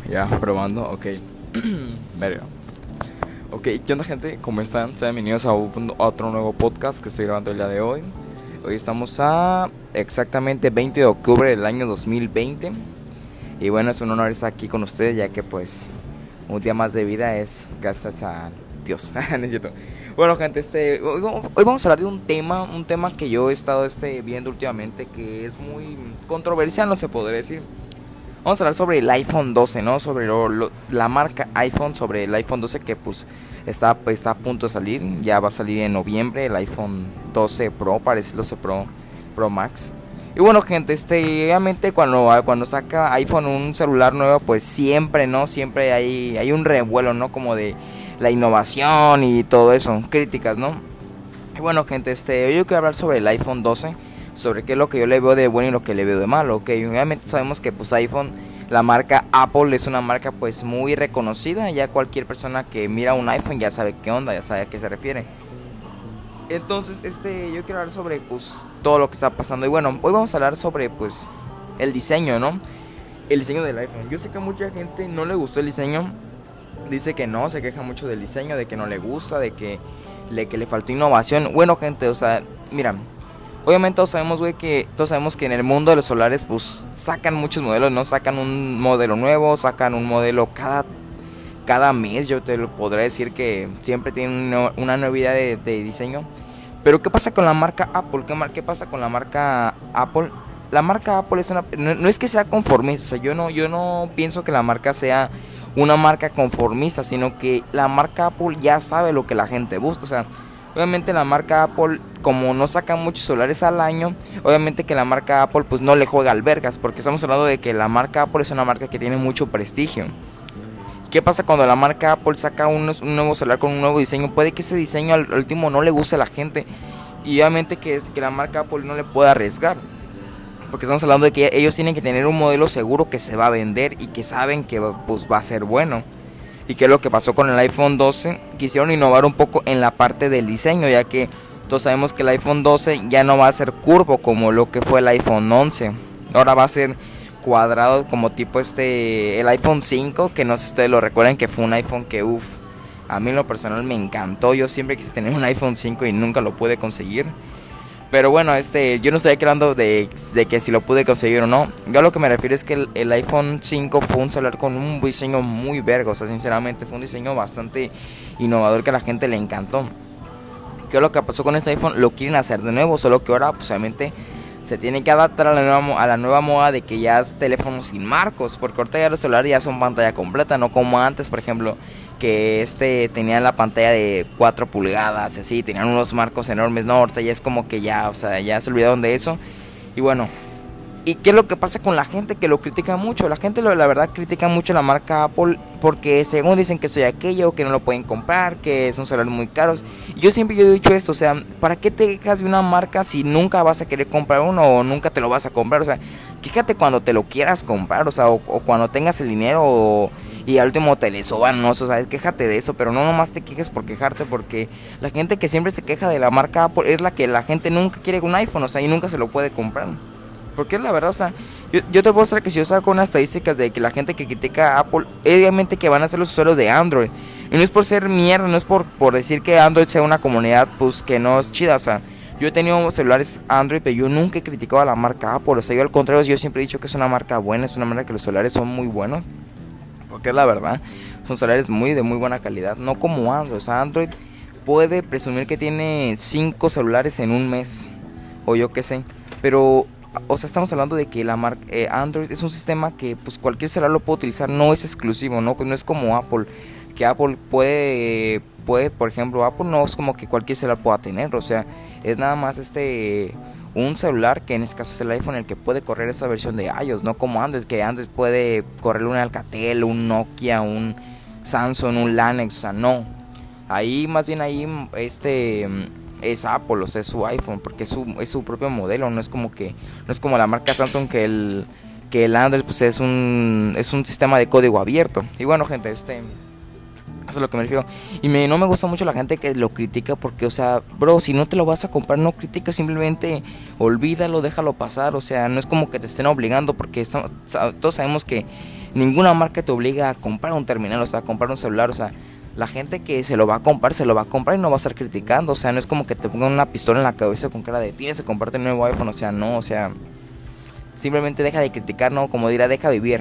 Ya, probando, ok. Verga. Ok, ¿qué onda, gente? ¿Cómo están? Sean bienvenidos a otro nuevo podcast que estoy grabando el día de hoy. Hoy estamos a exactamente 20 de octubre del año 2020. Y bueno, es un honor estar aquí con ustedes, ya que pues un día más de vida es gracias a Dios. No es cierto. Bueno, gente, hoy vamos a hablar de un tema que yo he estado viendo últimamente, que es muy controversial, no se podría decir. Vamos a hablar sobre el iPhone 12, ¿no? Sobre la marca iPhone, sobre el iPhone 12 que pues está a punto de salir. Ya va a salir en noviembre el iPhone 12 Pro, parece el 12 Pro Max. Y bueno, gente, obviamente cuando saca iPhone un celular nuevo, pues siempre, ¿no? Siempre hay un revuelo, ¿no? Como de la innovación y todo eso, críticas, ¿no? Y bueno, gente, hoy yo quiero hablar sobre el iPhone 12, sobre qué es lo que yo le veo de bueno y lo que le veo de malo. Ok, obviamente sabemos que pues iPhone, la marca Apple es una marca pues muy reconocida. Ya cualquier persona que mira un iPhone ya sabe qué onda, ya sabe a qué se refiere. Entonces, yo quiero hablar sobre pues todo lo que está pasando. Y bueno, hoy vamos a hablar sobre pues el diseño, ¿no? El diseño del iPhone. Yo sé que a mucha gente no le gustó el diseño. Dice que no, se queja mucho del diseño, de que no le gusta, de que le faltó innovación. Bueno, gente, o sea, mira, obviamente todos sabemos que en el mundo de los celulares pues sacan muchos modelos, no sacan un modelo nuevo, sacan un modelo cada mes. Yo te lo podré decir que siempre tienen una novedad de diseño. Pero ¿qué pasa con la marca Apple? ¿Qué pasa con la marca Apple? La marca Apple no es que sea conformista. O sea, yo no pienso que la marca sea una marca conformista, sino que la marca Apple ya sabe lo que la gente busca. O sea, obviamente la marca Apple, como no saca muchos celulares al año, obviamente que la marca Apple pues no le juega albergas, porque estamos hablando de que la marca Apple es una marca que tiene mucho prestigio. ¿Qué pasa cuando la marca Apple saca un nuevo celular con un nuevo diseño? Puede que ese diseño al último no le guste a la gente, y obviamente que la marca Apple no le pueda arriesgar, porque estamos hablando de que ellos tienen que tener un modelo seguro que se va a vender y que saben que pues va a ser bueno. Y que es lo que pasó con el iPhone 12, quisieron innovar un poco en la parte del diseño, ya que todos sabemos que el iPhone 12 ya no va a ser curvo como lo que fue el iPhone 11. Ahora va a ser cuadrado como tipo el iPhone 5, que no sé si ustedes lo recuerdan, que fue un iPhone que a mí en lo personal me encantó. Yo siempre quise tener un iPhone 5 y nunca lo pude conseguir. Pero bueno, yo no estoy aquí hablando de que si lo pude conseguir o no. Yo a lo que me refiero es que el iPhone 5 fue un celular con un diseño muy verga. O sea, sinceramente fue un diseño bastante innovador que a la gente le encantó. ¿Qué es lo que pasó con este iPhone? Lo quieren hacer de nuevo, solo que ahora pues obviamente se tiene que adaptar a la nueva moda de que ya es teléfono sin marcos. Porque ahorita ya los celulares ya son pantalla completa, no como antes, por ejemplo, que tenía la pantalla de 4 pulgadas y así, tenían unos marcos enormes. No, ahorita ya es como que ya, o sea, ya se olvidaron de eso. Y bueno, ¿y qué es lo que pasa con la gente que lo critica mucho? La gente la verdad critica mucho la marca Apple porque según dicen que soy aquello, que no lo pueden comprar, que son celulares muy caros. Y yo siempre he dicho esto, o sea, ¿para qué te quejas de una marca si nunca vas a querer comprar uno o nunca te lo vas a comprar? O sea, quéjate cuando te lo quieras comprar, o sea, o cuando tengas el dinero y al último te le soban, ¿no? O sea, quéjate de eso, pero no nomás te quejes por quejarte, porque la gente que siempre se queja de la marca Apple es la que la gente nunca quiere un iPhone, o sea, y nunca se lo puede comprar. Porque es la verdad, o sea, yo te puedo mostrar que si yo saco unas estadísticas de que la gente que critica a Apple, obviamente que van a ser los usuarios de Android. Y no es por ser mierda, no es por decir que Android sea una comunidad pues que no es chida, o sea, yo he tenido celulares Android, pero yo nunca he criticado a la marca Apple. O sea, yo al contrario, yo siempre he dicho que es una marca buena, es una marca que los celulares son muy buenos. Porque es la verdad, son celulares de muy buena calidad, no como Android. O sea, Android puede presumir que tiene 5 celulares en un mes, o yo qué sé, pero o sea, estamos hablando de que la marca Android es un sistema que pues cualquier celular lo puede utilizar, no es exclusivo, no es como Apple, que Apple puede, por ejemplo, Apple no es como que cualquier celular pueda tener. O sea, es nada más un celular, que en este caso es el iPhone, el que puede correr esa versión de iOS, no como Android, que Android puede correr un Alcatel, un Nokia, un Samsung, un Lanex. O sea, no, ahí más bien es Apple, o sea, es su iPhone, porque es su propio modelo. No es como la marca Samsung, que el Android pues es un sistema de código abierto. Y bueno, gente, eso es lo que me refiero. Y no me gusta mucho la gente que lo critica, porque, o sea, bro, si no te lo vas a comprar, no criticas, simplemente olvídalo, déjalo pasar. O sea, no es como que te estén obligando, porque todos sabemos que ninguna marca te obliga a comprar un terminal, o sea, a comprar un celular, o sea, la gente que se lo va a comprar, se lo va a comprar y no va a estar criticando, o sea, no es como que te pongan una pistola en la cabeza con cara de tienes que comprarte un nuevo iPhone, o sea, no, o sea, simplemente deja de criticar, no, como dirá, deja vivir.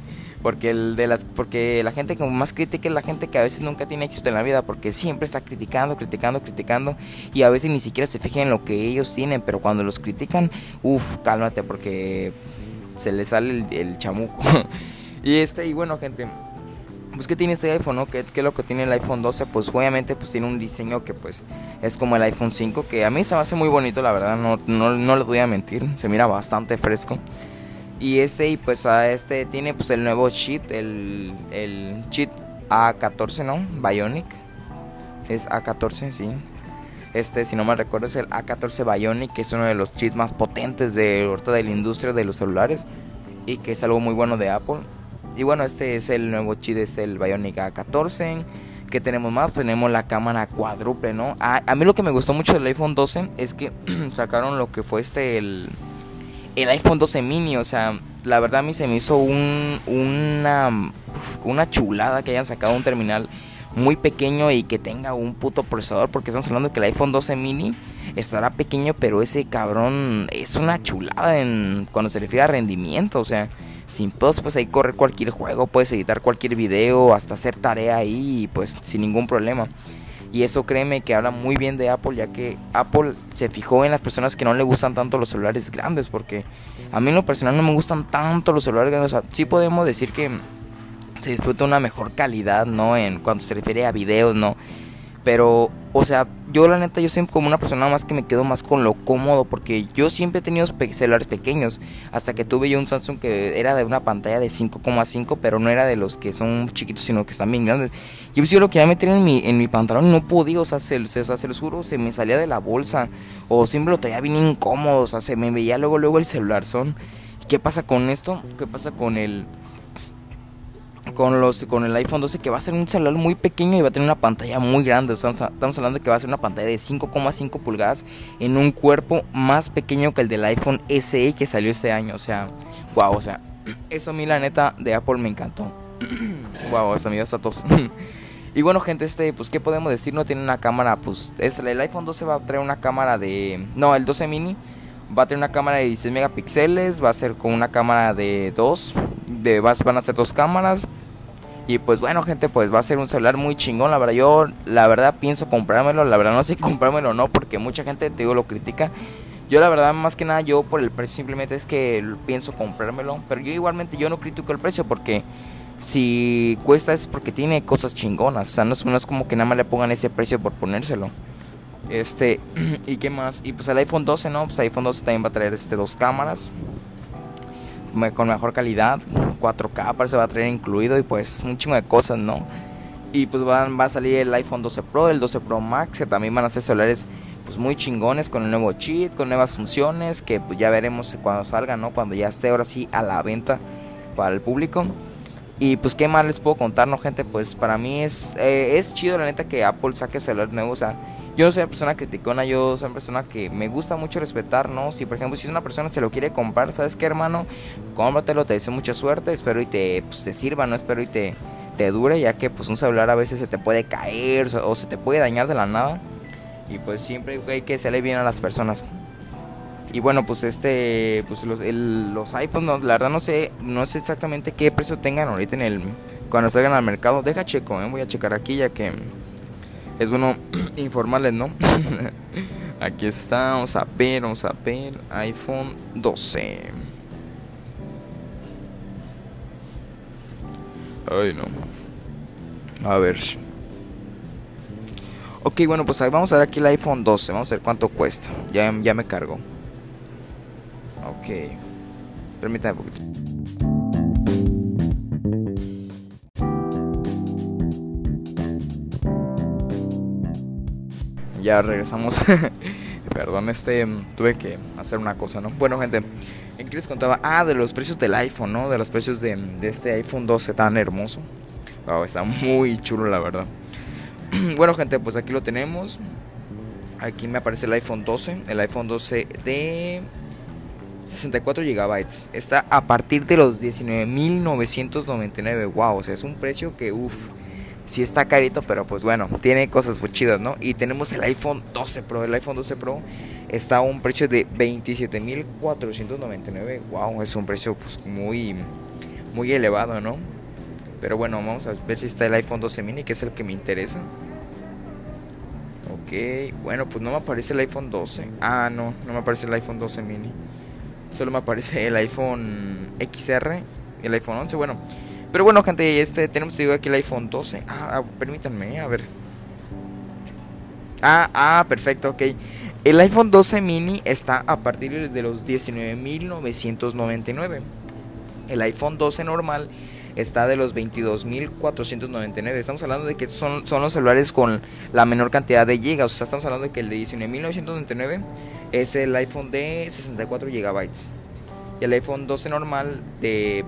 Porque la gente que más critica es la gente que a veces nunca tiene éxito en la vida, porque siempre está criticando y a veces ni siquiera se fijan en lo que ellos tienen, pero cuando los critican, cálmate porque se les sale el chamuco. Y bueno, gente, pues ¿qué tiene este iPhone, no? ¿Qué es lo que tiene el iPhone 12? Pues obviamente pues tiene un diseño que pues es como el iPhone 5, que a mí se me hace muy bonito, la verdad, no les voy a mentir, se mira bastante fresco. Y pues tiene pues el nuevo chip, el chip A14, ¿no? Bionic. Es A14, sí. Si no me recuerdo, es el A14 Bionic, que es uno de los chips más potentes de la industria de los celulares y que es algo muy bueno de Apple. Y bueno, este es el nuevo chip, es el Bionic A14. ¿Qué tenemos más? Tenemos la cámara cuádruple, ¿no? A mí lo que me gustó mucho del iPhone 12 es que sacaron lo que fue el iPhone 12 mini, o sea, la verdad a mí se me hizo una chulada que hayan sacado un terminal muy pequeño y que tenga un puto procesador, porque estamos hablando que el iPhone 12 mini estará pequeño, pero ese cabrón es una chulada cuando se refiere a rendimiento, o sea, sin pedos, pues ahí correr cualquier juego, puedes editar cualquier video, hasta hacer tarea ahí, pues sin ningún problema. Y eso créeme que habla muy bien de Apple, ya que Apple se fijó en las personas que no le gustan tanto los celulares grandes, porque a mí en lo personal no me gustan tanto los celulares grandes. O sea, sí podemos decir que se disfruta una mejor calidad, ¿no? Cuando se refiere a videos, ¿no? Pero, o sea, yo la neta, yo soy como una persona más que me quedo más con lo cómodo, porque yo siempre he tenido celulares pequeños, hasta que tuve yo un Samsung que era de una pantalla de 5,5, pero no era de los que son chiquitos, sino que están bien grandes. Yo sí lo quería meter en mi pantalón y no podía, o sea, se los juro, se me salía de la bolsa, o siempre lo traía bien incómodo, o sea, se me veía luego el celular son. ¿Qué pasa con esto? ¿Qué pasa con el iPhone 12? Que va a ser un celular muy pequeño y va a tener una pantalla muy grande. Estamos hablando de que va a ser una pantalla de 5,5 pulgadas en un cuerpo más pequeño que el del iPhone SE que salió este año. O sea, wow, o sea, eso a mí la neta de Apple me encantó. Wow, hasta me está tos. Y bueno, gente, pues ¿qué podemos decir? No tiene una cámara, pues el iPhone 12 va a traer una cámara el 12 mini va a tener una cámara de 16 megapíxeles, va a ser con una cámara de van a ser dos cámaras. Y pues bueno, gente, pues va a ser un celular muy chingón, la verdad. Yo la verdad pienso comprármelo, la verdad no sé si comprármelo o no, porque mucha gente, te digo, lo critica. Yo la verdad, más que nada, yo por el precio simplemente es que pienso comprármelo. Pero yo igualmente, yo no critico el precio, porque si cuesta es porque tiene cosas chingonas. O sea, no es como que nada más le pongan ese precio por ponérselo. ¿Y qué más? Y pues el iPhone 12, ¿no? Pues el iPhone 12 también va a traer dos cámaras con mejor calidad, 4K parece va a traer incluido, y pues un chingo de cosas, ¿no? Y pues va a salir el iPhone 12 Pro, el 12 Pro Max, que también van a ser celulares pues muy chingones, con el nuevo chip, con nuevas funciones, que pues ya veremos cuando salga, ¿no? Cuando ya esté ahora sí a la venta para el público. Y pues qué más les puedo contar, ¿no, gente? Pues para mí es chido la neta que Apple saque celulares nuevos. O sea, yo no soy una persona criticona, yo soy una persona que me gusta mucho respetar, ¿no? Si por ejemplo si una persona se lo quiere comprar, ¿sabes qué, hermano? Cómpratelo, te deseo mucha suerte, espero y te sirva, ¿no? Espero y te dure, ya que pues un celular a veces se te puede caer o se te puede dañar de la nada. Y pues siempre hay que hacerle bien a las personas. Y bueno, pues pues los iPhones, no, la verdad no sé exactamente qué precio tengan ahorita cuando salgan al mercado. Deja checo, voy a checar aquí, ya que es bueno informarles, ¿no? Aquí está, vamos a ver, iPhone 12. Ay, no. A ver. Ok, bueno, pues ahí vamos a ver aquí el iPhone 12. Vamos a ver cuánto cuesta. Ya me cargo. Ok, permítame un poquito. Ya regresamos. Perdón, tuve que hacer una cosa, ¿no? Bueno, gente, ¿en qué les contaba? De los precios del iPhone, ¿no? De los precios de este iPhone 12 tan hermoso. Wow, está muy chulo, la verdad. Bueno, gente, pues aquí lo tenemos. Aquí me aparece el iPhone 12. El iPhone 12 64 gigabytes. Está a partir de los 19.999. Wow, o sea, es un precio que sí está carito, pero pues bueno, tiene cosas muy chidas, ¿no? Y tenemos el iPhone 12 Pro. El iPhone 12 Pro está a un precio de 27.499. Wow, es un precio pues muy elevado, ¿no? Pero bueno, vamos a ver si está el iPhone 12 mini, que es el que me interesa. Ok, bueno, pues no me aparece el iPhone 12. Ah, no me aparece el iPhone 12 mini. Solo me aparece el iPhone XR y el iPhone 11, bueno. Pero bueno, gente, tenemos, te digo, aquí el iPhone 12. Permítanme, a ver. Perfecto, ok. El iPhone 12 mini está a partir de los 19.999. El iPhone 12 normal está de los 22.499. Estamos hablando de que son los celulares con la menor cantidad de gigas. O sea, estamos hablando de que el de 19.999 es el iPhone de 64 gigabytes. Y el iPhone 12 normal de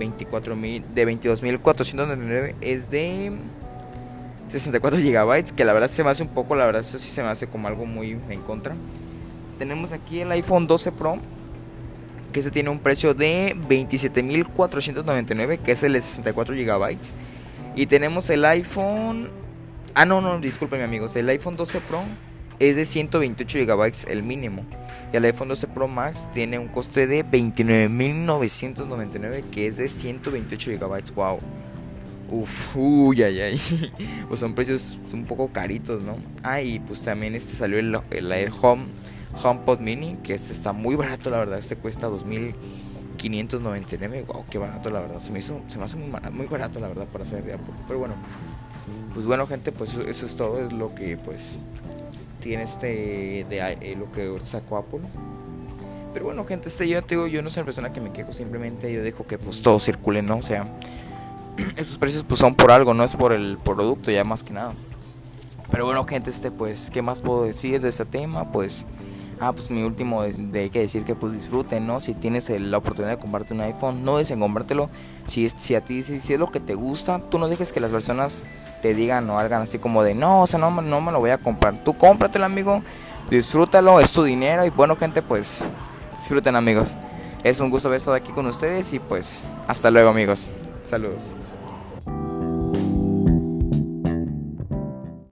22.499 es de 64 gigabytes. Que la verdad se me hace un poco, la verdad eso sí se me hace como algo muy en contra. Tenemos aquí el iPhone 12 Pro, que este tiene un precio de 27.499, que es el de 64 GB. Y tenemos el iPhone... disculpen amigos, el iPhone 12 Pro es de 128 GB el mínimo. Y el iPhone 12 Pro Max tiene un coste de 29.999, que es de 128 GB. Wow. Pues son precios un poco caritos, ¿no? Y pues también salió el Air HomePod Mini, que está muy barato, la verdad. Cuesta 2.599. Wow, qué barato, la verdad. Se me hace muy barato, la verdad, para ser de Apple. Pero bueno, pues bueno, gente, pues eso es todo. Es lo que pues tiene lo que sacó Apple. Pero bueno, gente, yo te digo, yo no soy una persona que me quejo. Simplemente yo dejo que pues todo circule, ¿no? O sea, esos precios pues son por algo, no es por el producto, ya más que nada. Pero bueno, gente, pues ¿qué más puedo decir de este tema? Pues pues mi último hay que decir que pues disfruten, ¿no? Si tienes la oportunidad de comprarte un iPhone, no dejes en comprártelo. Si a ti si es lo que te gusta, tú no dejes que las personas te digan o hagan así como de no, o sea, no me lo voy a comprar. Tú cómpratelo, amigo, disfrútalo, es tu dinero. Y bueno, gente, pues disfruten, amigos. Es un gusto haber estado aquí con ustedes y pues hasta luego, amigos. Saludos.